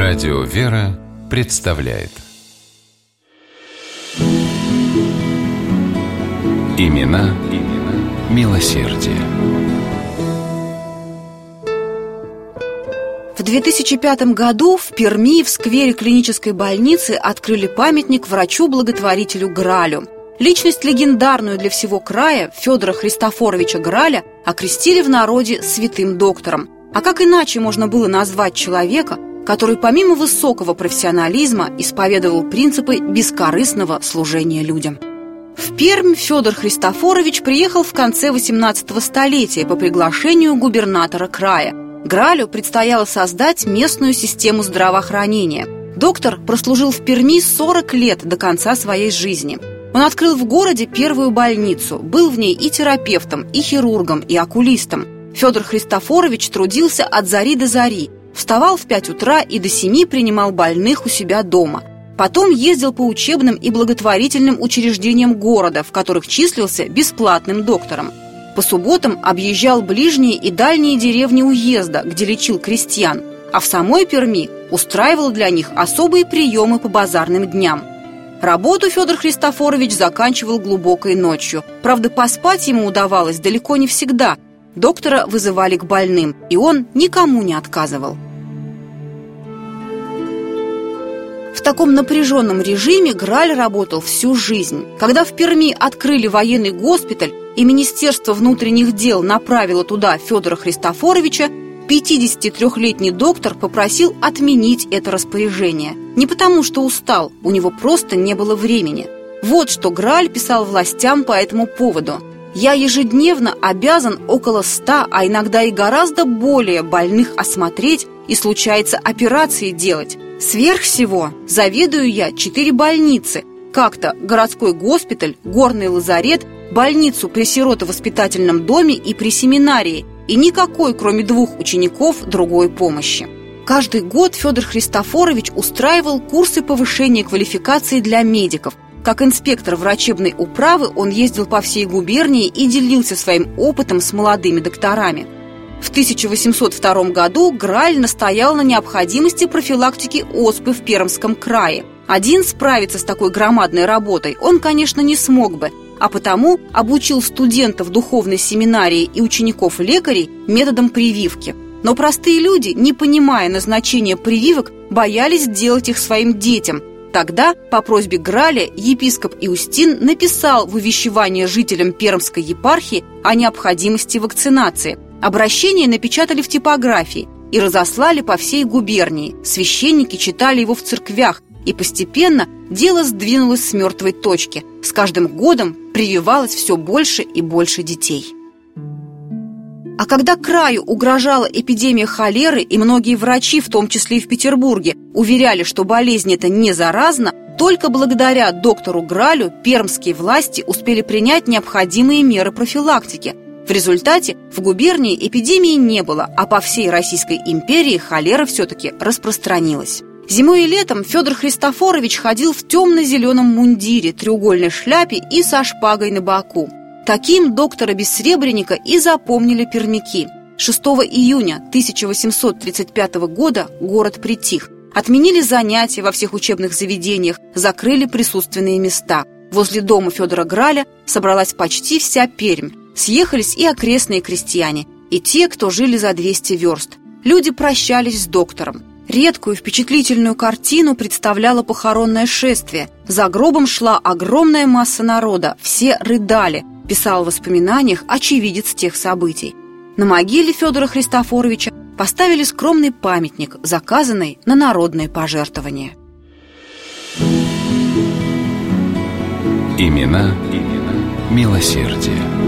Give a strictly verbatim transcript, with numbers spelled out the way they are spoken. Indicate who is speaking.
Speaker 1: Радио «Вера» представляет Имена, имена милосердия.
Speaker 2: В две тысячи пятом году в Перми в сквере клинической больницы открыли памятник врачу-благотворителю Гралю. Личность легендарную для всего края Федора Христофоровича Граля окрестили в народе святым доктором. А как иначе можно было назвать человека, который помимо высокого профессионализма исповедовал принципы бескорыстного служения людям? В Пермь Федор Христофорович приехал в конце восемнадцатого столетия по приглашению губернатора края. Гралю предстояло создать местную систему здравоохранения. Доктор прослужил в Перми сорок лет до конца своей жизни. Он открыл в городе первую больницу, был в ней и терапевтом, и хирургом, и окулистом. Федор Христофорович трудился от зари до зари, вставал в пять утра и до семи принимал больных у себя дома. Потом ездил по учебным и благотворительным учреждениям города, в которых числился бесплатным доктором. По субботам объезжал ближние и дальние деревни уезда, где лечил крестьян, а в самой Перми устраивал для них особые приемы по базарным дням. Работу Федор Христофорович заканчивал глубокой ночью. Правда, поспать ему удавалось далеко не всегда. Доктора вызывали к больным, и он никому не отказывал. В таком напряженном режиме Граль работал всю жизнь. Когда в Перми открыли военный госпиталь и Министерство внутренних дел направило туда Федора Христофоровича, пятидесятитрёхлетний доктор попросил отменить это распоряжение. Не потому что устал, у него просто не было времени. Вот что Граль писал властям по этому поводу. «Я ежедневно обязан около ста, а иногда и гораздо более больных осмотреть и, случается, операции делать. Сверх всего заведую я четыре больницы, как-то городской госпиталь, горный лазарет, больницу при сиротовоспитательном доме и при семинарии, и никакой, кроме двух учеников, другой помощи». Каждый год Федор Христофорович устраивал курсы повышения квалификации для медиков. Как инспектор врачебной управы он ездил по всей губернии и делился своим опытом с молодыми докторами. В тысяча восемьсот втором году Граль настоял на необходимости профилактики оспы в Пермском крае. Один справиться с такой громадной работой он, конечно, не смог бы, а потому обучил студентов духовной семинарии и учеников-лекарей методом прививки. Но простые люди, не понимая назначения прививок, боялись делать их своим детям. Тогда, по просьбе Граля, епископ Иустин написал в увещевание жителям Пермской епархии о необходимости вакцинации. Обращение напечатали в типографии и разослали по всей губернии. Священники читали его в церквях, и постепенно дело сдвинулось с мертвой точки. С каждым годом прививалось все больше и больше детей. А когда краю угрожала эпидемия холеры, и многие врачи, в том числе и в Петербурге, уверяли, что болезнь эта не заразна, только благодаря доктору Гралю пермские власти успели принять необходимые меры профилактики. В результате в губернии эпидемии не было, а по всей Российской империи холера все-таки распространилась. Зимой и летом Федор Христофорович ходил в темно-зеленом мундире, треугольной шляпе и со шпагой на боку. Таким доктора Бессребреника и запомнили пермяки. шестого июня тысяча восемьсот тридцать пятого года город притих. Отменили занятия во всех учебных заведениях, закрыли присутственные места. Возле дома Федора Граля собралась почти вся Пермь. Съехались и окрестные крестьяне, и те, кто жили за двести верст. Люди прощались с доктором. Редкую впечатлительную картину представляло похоронное шествие. За гробом шла огромная масса народа, все рыдали, писал в воспоминаниях очевидец тех событий. На могиле Федора Христофоровича поставили скромный памятник, заказанный на народные пожертвования.
Speaker 1: Имена, имена милосердия.